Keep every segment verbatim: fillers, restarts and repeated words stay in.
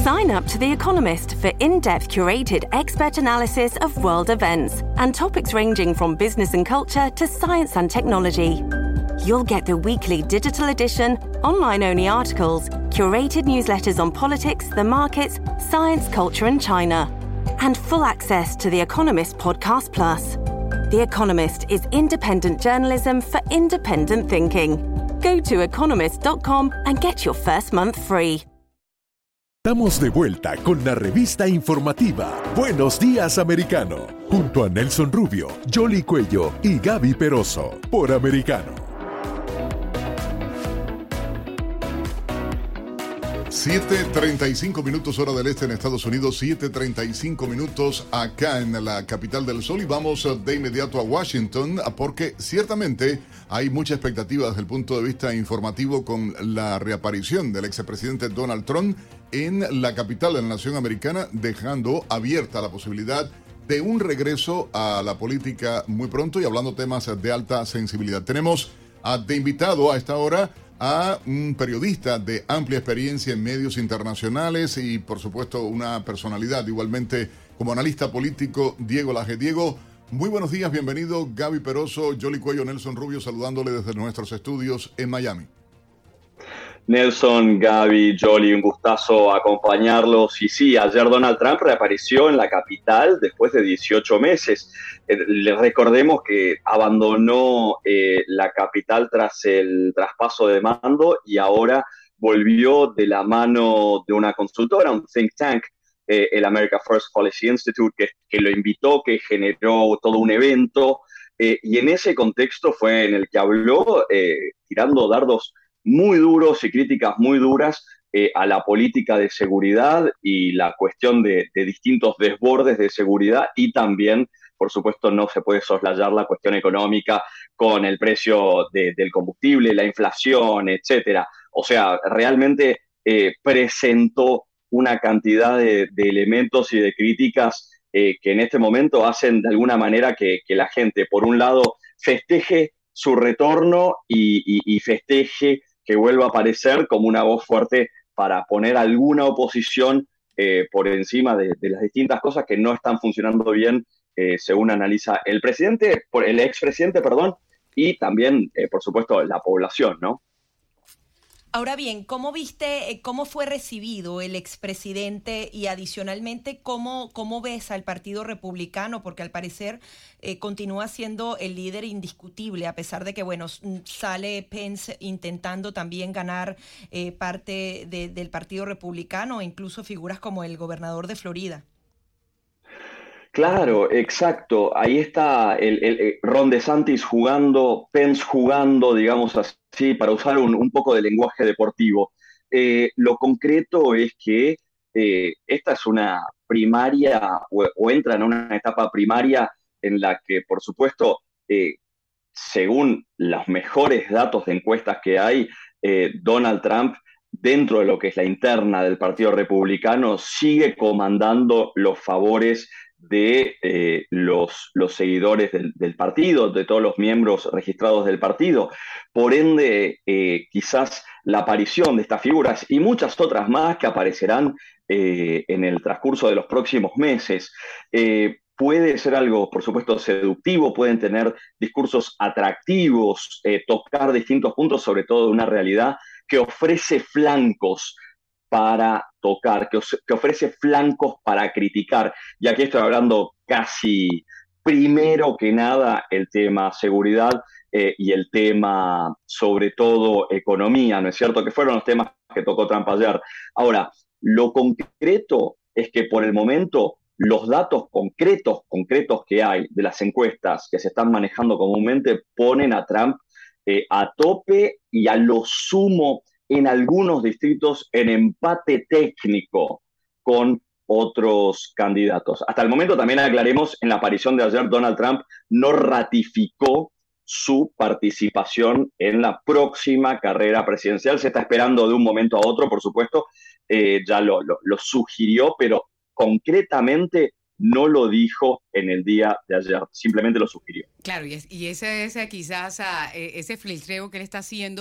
Sign up to The Economist for in-depth curated expert analysis of world events and topics ranging from business and culture to science and technology. You'll get the weekly digital edition, online-only articles, curated newsletters on politics, the markets, science, culture and China, and full access to The Economist Podcast Plus. The Economist is independent journalism for independent thinking. Go to economist dot com and get your first month free. Estamos de vuelta con la revista informativa Buenos Días Americano, junto a Nelson Rubio, Yoli Cuello y Gaby Peroso, por Americano. siete treinta y cinco minutos hora del este en Estados Unidos, siete treinta y cinco minutos acá en la capital del sol, y vamos de inmediato a Washington porque ciertamente hay mucha expectativa desde el punto de vista informativo con la reaparición del expresidente Donald Trump en la capital de la nación americana, dejando abierta la posibilidad de un regreso a la política muy pronto y hablando temas de alta sensibilidad. Tenemos a, de invitado a esta hora a un periodista de amplia experiencia en medios internacionales y, por supuesto, una personalidad igualmente como analista político, Diego Laje. Diego, muy buenos días, bienvenido. Gaby Peroso, Yoli Cuello, Nelson Rubio, saludándole desde nuestros estudios en Miami. Nelson, Gaby, Yoli, un gustazo acompañarlos. Y sí, ayer Donald Trump reapareció en la capital después de dieciocho meses. Eh, le recordemos que abandonó eh, la capital tras el traspaso de mando y ahora volvió de la mano de una consultora, un think tank, eh, el America First Policy Institute, que, que lo invitó, que generó todo un evento. Eh, y en ese contexto fue en el que habló, eh, tirando dardos muy duros y críticas muy duras eh, a la política de seguridad y la cuestión de, de distintos desbordes de seguridad, y también, por supuesto, no se puede soslayar la cuestión económica con el precio de, del combustible, la inflación, etcétera. O sea, realmente eh, presentó una cantidad de, de elementos y de críticas eh, que en este momento hacen de alguna manera que, que la gente, por un lado, festeje su retorno y, y, y festeje que vuelva a aparecer como una voz fuerte para poner alguna oposición eh, por encima de, de las distintas cosas que no están funcionando bien, eh, según analiza el presidente, el expresidente, perdón, y también, eh, por supuesto, la población, ¿no? Ahora bien, ¿cómo viste, cómo fue recibido el expresidente y adicionalmente cómo, cómo ves al Partido Republicano? Porque al parecer eh, continúa siendo el líder indiscutible, a pesar de que, bueno, sale Pence intentando también ganar eh, parte de, del Partido Republicano, incluso figuras como el gobernador de Florida. Claro, exacto. Ahí está el, el, el Ron DeSantis jugando, Pence jugando, digamos así, para usar un, un poco de lenguaje deportivo. Eh, lo concreto es que eh, esta es una primaria o, o entra en una etapa primaria en la que, por supuesto, eh, según los mejores datos de encuestas que hay, eh, Donald Trump, dentro de lo que es la interna del Partido Republicano, sigue comandando los favores de eh, los, los seguidores del, del partido, de todos los miembros registrados del partido. Por ende, eh, quizás la aparición de estas figuras y muchas otras más que aparecerán eh, en el transcurso de los próximos meses, eh, puede ser algo, por supuesto, seductivo, pueden tener discursos atractivos, eh, tocar distintos puntos, sobre todo de una realidad que ofrece flancos para tocar, que, os, que ofrece flancos para criticar. Y aquí estoy hablando casi primero que nada el tema seguridad eh, y el tema, sobre todo, economía, ¿no es cierto? Que fueron los temas que tocó Trump ayer. Ahora, lo concreto es que por el momento los datos concretos, concretos que hay de las encuestas que se están manejando comúnmente ponen a Trump eh, a tope y a lo sumo en algunos distritos en empate técnico con otros candidatos. Hasta el momento, también aclaremos, en la aparición de ayer, Donald Trump no ratificó su participación en la próxima carrera presidencial. Se está esperando de un momento a otro, por supuesto, eh, ya lo, lo, lo sugirió, pero concretamente no lo dijo en el día de ayer, simplemente lo sugirió. Claro, y, es, y ese, ese quizás a, ese filtreo que él está haciendo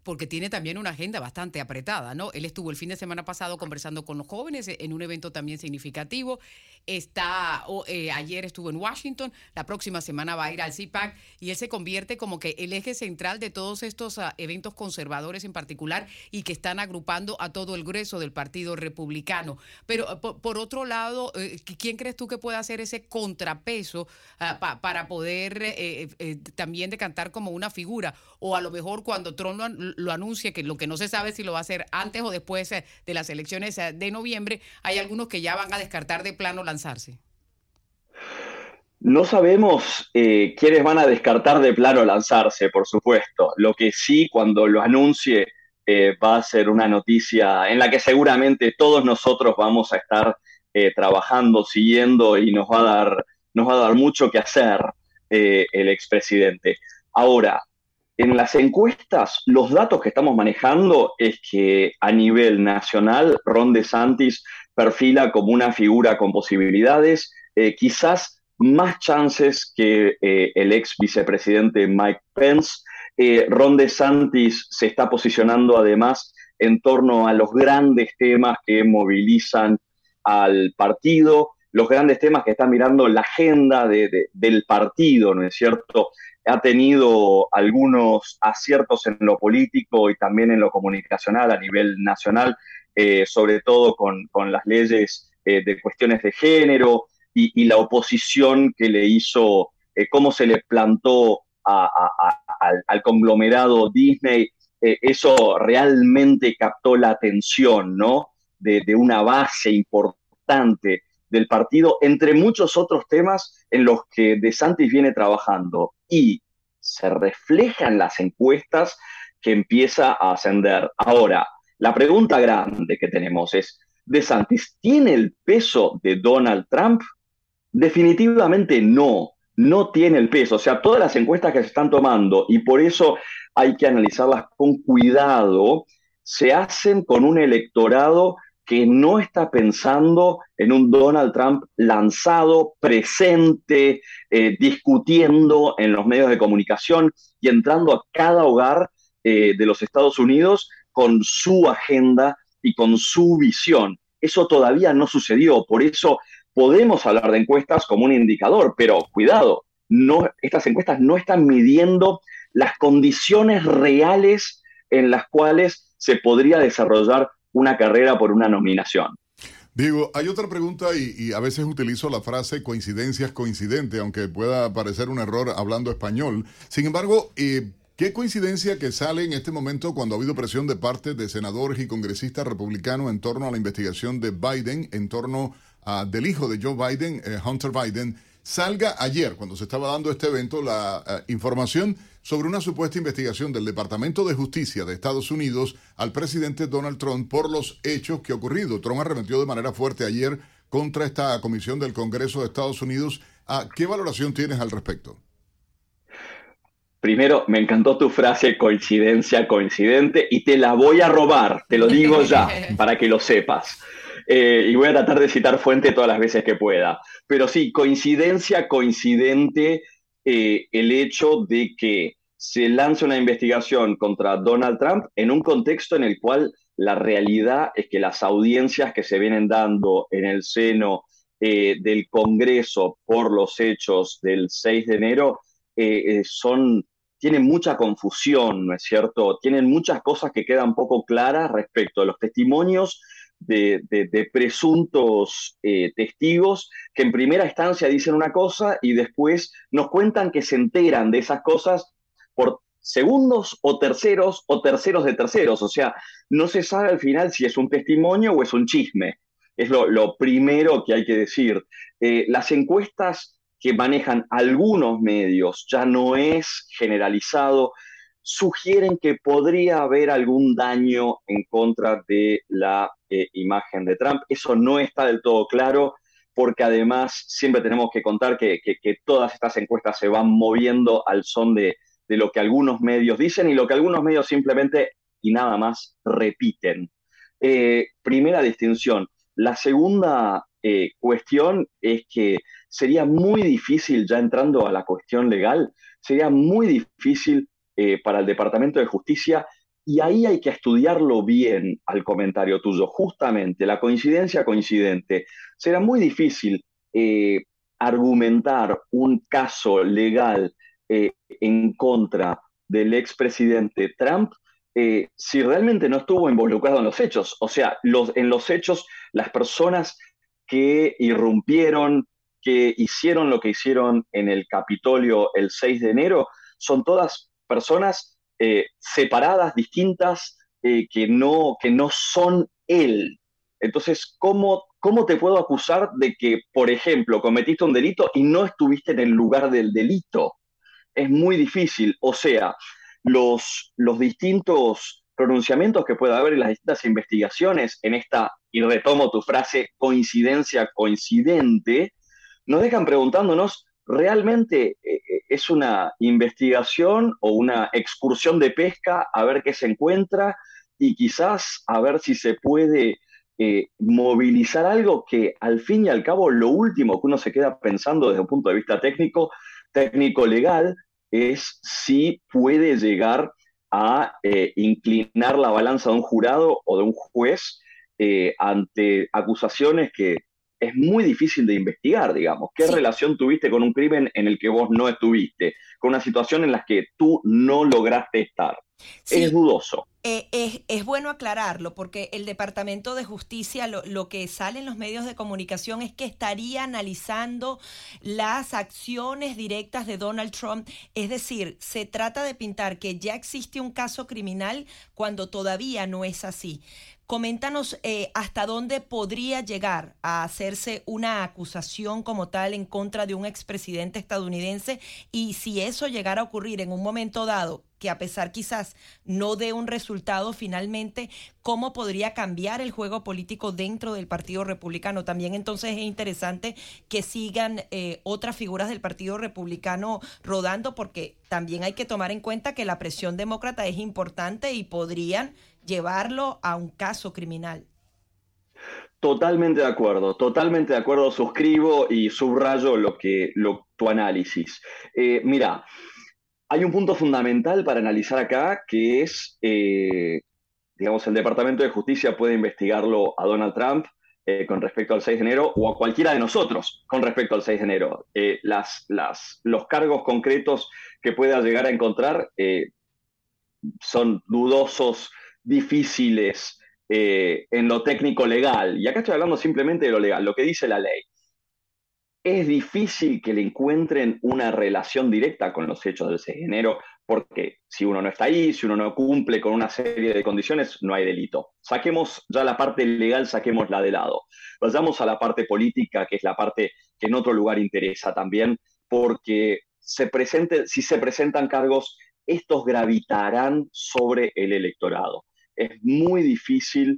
porque tiene también una agenda bastante apretada, ¿no? Él estuvo el fin de semana pasado conversando con los jóvenes en un evento también significativo. Está, eh, ayer estuvo en Washington, la próxima semana va a ir al C PAC y él se convierte como que el eje central de todos estos uh, eventos conservadores en particular y que están agrupando a todo el grueso del Partido Republicano. Pero por, por otro lado, eh, ¿quién crees tú que puede hacer ese contrapeso uh, pa, para poder eh, eh, también decantar como una figura? O a lo mejor cuando Trump lo, lo anuncie, que lo que no se sabe si lo va a hacer antes o después eh, de las elecciones eh, de noviembre, hay algunos que ya van a descartar de plano lanzarse. No sabemos eh, quiénes van a descartar de plano lanzarse, por supuesto. Lo que sí, cuando lo anuncie, eh, va a ser una noticia en la que seguramente todos nosotros vamos a estar eh, trabajando, siguiendo, y nos va a dar, nos va a dar mucho que hacer eh, el expresidente. Ahora, en las encuestas, los datos que estamos manejando es que a nivel nacional, Ron DeSantis perfila como una figura con posibilidades, eh, quizás más chances que eh, el ex vicepresidente Mike Pence. Eh, Ron DeSantis se está posicionando además en torno a los grandes temas que movilizan al partido, los grandes temas que está mirando la agenda de, de, del partido, ¿no es cierto? Ha tenido algunos aciertos en lo político y también en lo comunicacional a nivel nacional, eh, sobre todo con, con las leyes eh, de cuestiones de género y, y la oposición que le hizo, eh, cómo se le plantó a, a, a, al, al conglomerado Disney. Eh, eso realmente captó la atención, ¿no? de, de una base importante del partido, entre muchos otros temas en los que DeSantis viene trabajando, y se refleja en las encuestas que empieza a ascender. Ahora, la pregunta grande que tenemos es, ¿DeSantis tiene el peso de Donald Trump? Definitivamente no, no tiene el peso. O sea, todas las encuestas que se están tomando, y por eso hay que analizarlas con cuidado, se hacen con un electorado que no está pensando en un Donald Trump lanzado, presente, eh, discutiendo en los medios de comunicación y entrando a cada hogar eh, de los Estados Unidos con su agenda y con su visión. Eso todavía no sucedió, por eso podemos hablar de encuestas como un indicador, pero cuidado, no, estas encuestas no están midiendo las condiciones reales en las cuales se podría desarrollar una carrera por una nominación. Diego, hay otra pregunta y, y a veces utilizo la frase coincidencias coincidente, aunque pueda parecer un error hablando español. Sin embargo, eh, ¿qué coincidencia que sale en este momento cuando ha habido presión de parte de senadores y congresistas republicanos en torno a la investigación de Biden, en torno a, del hijo de Joe Biden, eh, Hunter Biden, salga ayer, cuando se estaba dando este evento, la uh, información sobre una supuesta investigación del Departamento de Justicia de Estados Unidos al presidente Donald Trump por los hechos que ha ocurrido? Trump arremetió de manera fuerte ayer contra esta comisión del Congreso de Estados Unidos. ¿A qué valoración tienes al respecto? Primero, me encantó tu frase coincidencia, coincidente, y te la voy a robar, te lo digo ya, para que lo sepas. Eh, y voy a tratar de citar fuente todas las veces que pueda. Pero sí, coincidencia, coincidente, eh, el hecho de que se lance una investigación contra Donald Trump en un contexto en el cual la realidad es que las audiencias que se vienen dando en el seno eh, del Congreso por los hechos del seis de enero eh, eh, son, tienen mucha confusión, ¿no es cierto? Tienen muchas cosas que quedan poco claras respecto a los testimonios De, de, de presuntos eh, testigos que en primera instancia dicen una cosa y después nos cuentan que se enteran de esas cosas por segundos o terceros o terceros de terceros. O sea, no se sabe al final si es un testimonio o es un chisme. Es lo, lo primero que hay que decir. Eh, las encuestas que manejan algunos medios, ya no es generalizado, sugieren que podría haber algún daño en contra de la eh, imagen de Trump. Eso no está del todo claro, porque además siempre tenemos que contar que, que, que todas estas encuestas se van moviendo al son de, de lo que algunos medios dicen y lo que algunos medios simplemente y nada más repiten. Eh, primera distinción. La segunda eh, cuestión es que sería muy difícil, ya entrando a la cuestión legal, sería muy difícil Eh, para el Departamento de Justicia Y ahí hay que estudiarlo bien al comentario tuyo. Justamente, la coincidencia coincidente. Será muy difícil eh, argumentar un caso legal eh, en contra del expresidente Trump eh, si realmente no estuvo involucrado en los hechos. O sea, los, en los hechos, las personas que irrumpieron, que hicieron lo que hicieron en el Capitolio el seis de enero, son todas personas eh, separadas, distintas, eh, que, no, que no son él. Entonces, ¿cómo, ¿cómo te puedo acusar de que, por ejemplo, cometiste un delito y no estuviste en el lugar del delito? Es muy difícil. O sea, los, los distintos pronunciamientos que pueda haber en las distintas investigaciones en esta, y retomo tu frase, coincidencia coincidente, nos dejan preguntándonos, ¿realmente eh, es una investigación o una excursión de pesca a ver qué se encuentra y quizás a ver si se puede eh, movilizar algo que al fin y al cabo lo último que uno se queda pensando desde un punto de vista técnico, técnico-legal, es si puede llegar a eh, inclinar la balanza de un jurado o de un juez eh, ante acusaciones que es muy difícil de investigar, digamos. ¿Qué Sí. relación tuviste con un crimen en el que vos no estuviste? Con una situación en la que tú no lograste estar. Sí. Es dudoso. Eh, es, es bueno aclararlo porque el Departamento de Justicia, lo, lo que sale en los medios de comunicación es que estaría analizando las acciones directas de Donald Trump. Es decir, se trata de pintar que ya existe un caso criminal cuando todavía no es así. Coméntanos eh, hasta dónde podría llegar a hacerse una acusación como tal en contra de un expresidente estadounidense y si eso llegara a ocurrir en un momento dado, que a pesar quizás no dé un resultado finalmente, ¿cómo podría cambiar el juego político dentro del Partido Republicano? También entonces es interesante que sigan eh, otras figuras del Partido Republicano rodando porque también hay que tomar en cuenta que la presión demócrata es importante y podrían llevarlo a un caso criminal. Totalmente de acuerdo, totalmente de acuerdo, suscribo y subrayo lo que, lo, tu análisis. Eh, mira, hay un punto fundamental para analizar acá que es, eh, digamos, el Departamento de Justicia puede investigarlo a Donald Trump eh, con respecto al seis de enero o a cualquiera de nosotros con respecto al seis de enero. Eh, las, las, los cargos concretos que pueda llegar a encontrar eh, son dudosos, difíciles eh, en lo técnico legal. Y acá estoy hablando simplemente de lo legal, lo que dice la ley. Es difícil que le encuentren una relación directa con los hechos del seis de enero, porque si uno no está ahí, si uno no cumple con una serie de condiciones, no hay delito. Saquemos ya la parte legal, saquémosla de lado. Vayamos a la parte política, que es la parte que en otro lugar interesa también, porque se presente, si se presentan cargos, estos gravitarán sobre el electorado. Es muy difícil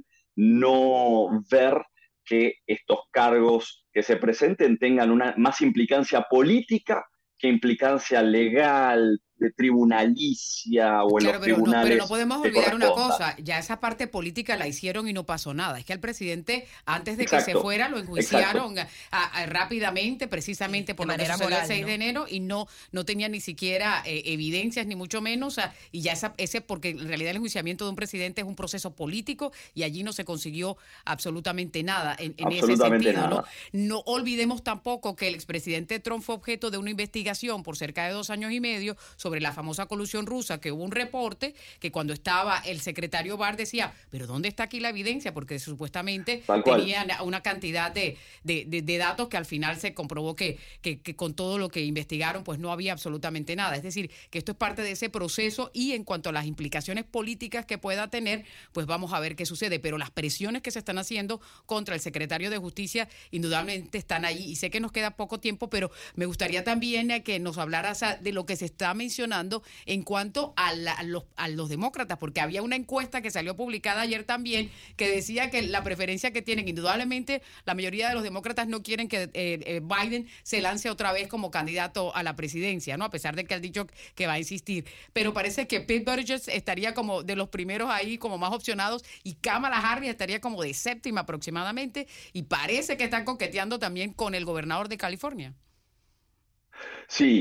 no ver que estos cargos que se presenten tengan una más implicancia política que implicancia legal, de tribunalicia o en Claro, los pero no, tribunales. pero no podemos que olvidar una corresponda. cosa, ya esa parte política la hicieron y no pasó nada. Es que al presidente, antes de que Exacto, se fuera, lo enjuiciaron a, a, rápidamente, precisamente por de lo que manera sucedió moral, el seis ¿no? de enero y no, no tenía ni siquiera eh, evidencias, ni mucho menos. O sea, y ya esa, ese, porque en realidad el enjuiciamiento de un presidente es un proceso político y allí no se consiguió absolutamente nada en, en Absolutamente ese sentido, nada. ¿no? No olvidemos tampoco que el expresidente Trump fue objeto de una investigación por cerca de dos años y medio sobre la famosa colusión rusa, que hubo un reporte que cuando estaba el secretario Barr decía, pero ¿dónde está aquí la evidencia? Porque supuestamente Tal cual. tenían una cantidad de, de, de, de datos que al final se comprobó que, que, que con todo lo que investigaron pues no había absolutamente nada. Es decir, que esto es parte de ese proceso y en cuanto a las implicaciones políticas que pueda tener, pues vamos a ver qué sucede. Pero las presiones que se están haciendo contra el secretario de Justicia indudablemente están ahí y sé que nos queda poco tiempo, pero me gustaría también que nos hablaras de lo que se está mencionando en cuanto a, la, a, los, a los demócratas, porque había una encuesta que salió publicada ayer también que decía que la preferencia que tienen, indudablemente la mayoría de los demócratas no quieren que eh, eh, Biden se lance otra vez como candidato a la presidencia, ¿no? A pesar de que ha dicho que va a insistir, pero parece que Pete Buttigieg estaría como de los primeros ahí como más opcionados y Kamala Harris estaría como de séptima aproximadamente y parece que están coqueteando también con el gobernador de California. Sí,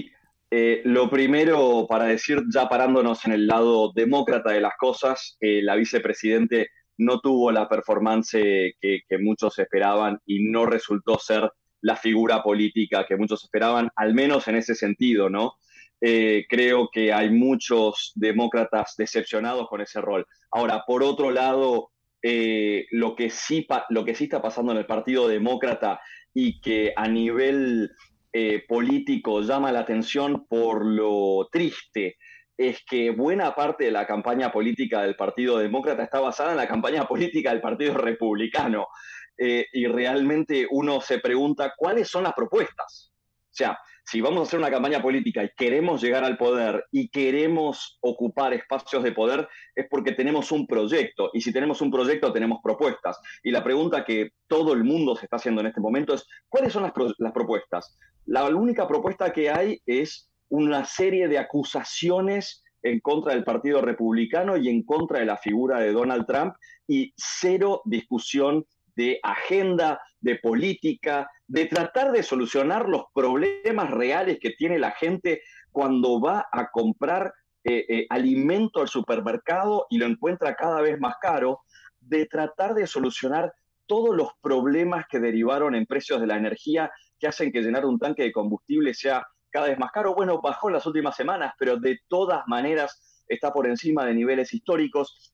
Eh, lo primero, para decir, ya parándonos en el lado demócrata de las cosas, eh, la vicepresidente no tuvo la performance que, que muchos esperaban y no resultó ser la figura política que muchos esperaban, al menos en ese sentido, ¿no? Eh, creo que hay muchos demócratas decepcionados con ese rol. Ahora, por otro lado, eh, lo que sí, lo que sí está pasando en el Partido Demócrata y que a nivel eh, político llama la atención por lo triste, es que buena parte de la campaña política del Partido Demócrata está basada en la campaña política del Partido Republicano. Eh, y realmente uno se pregunta cuáles son las propuestas. O sea, si vamos a hacer una campaña política y queremos llegar al poder y queremos ocupar espacios de poder, es porque tenemos un proyecto. Y si tenemos un proyecto, tenemos propuestas. Y la pregunta que todo el mundo se está haciendo en este momento es, ¿cuáles son las, pro las propuestas? La única propuesta que hay es una serie de acusaciones en contra del Partido Republicano y en contra de la figura de Donald Trump y cero discusión de agenda, de política, de tratar de solucionar los problemas reales que tiene la gente cuando va a comprar eh, eh, alimento al supermercado y lo encuentra cada vez más caro, de tratar de solucionar todos los problemas que derivaron en precios de la energía que hacen que llenar un tanque de combustible sea cada vez más caro. Bueno, bajó en las últimas semanas, pero de todas maneras está por encima de niveles históricos.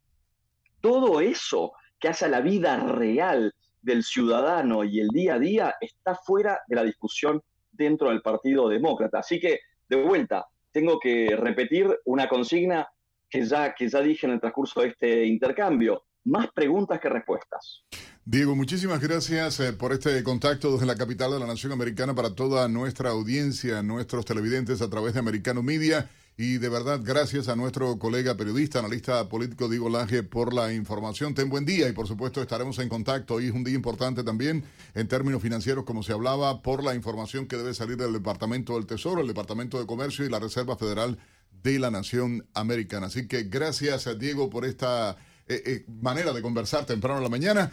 Todo eso que hace a la vida real del ciudadano y el día a día está fuera de la discusión dentro del Partido Demócrata. Así que, de vuelta, tengo que repetir una consigna que ya, que ya dije en el transcurso de este intercambio. Más preguntas que respuestas. Diego, muchísimas gracias eh, por este contacto desde la capital de la nación americana para toda nuestra audiencia, nuestros televidentes a través de Americano Media. Y de verdad, gracias a nuestro colega periodista, analista político Diego Lange por la información. Ten buen día y por supuesto estaremos en contacto. Hoy es un día importante también en términos financieros, como se hablaba, por la información que debe salir del Departamento del Tesoro, el Departamento de Comercio y la Reserva Federal de la Nación Americana. Así que gracias a Diego por esta eh, eh, manera de conversar temprano en la mañana.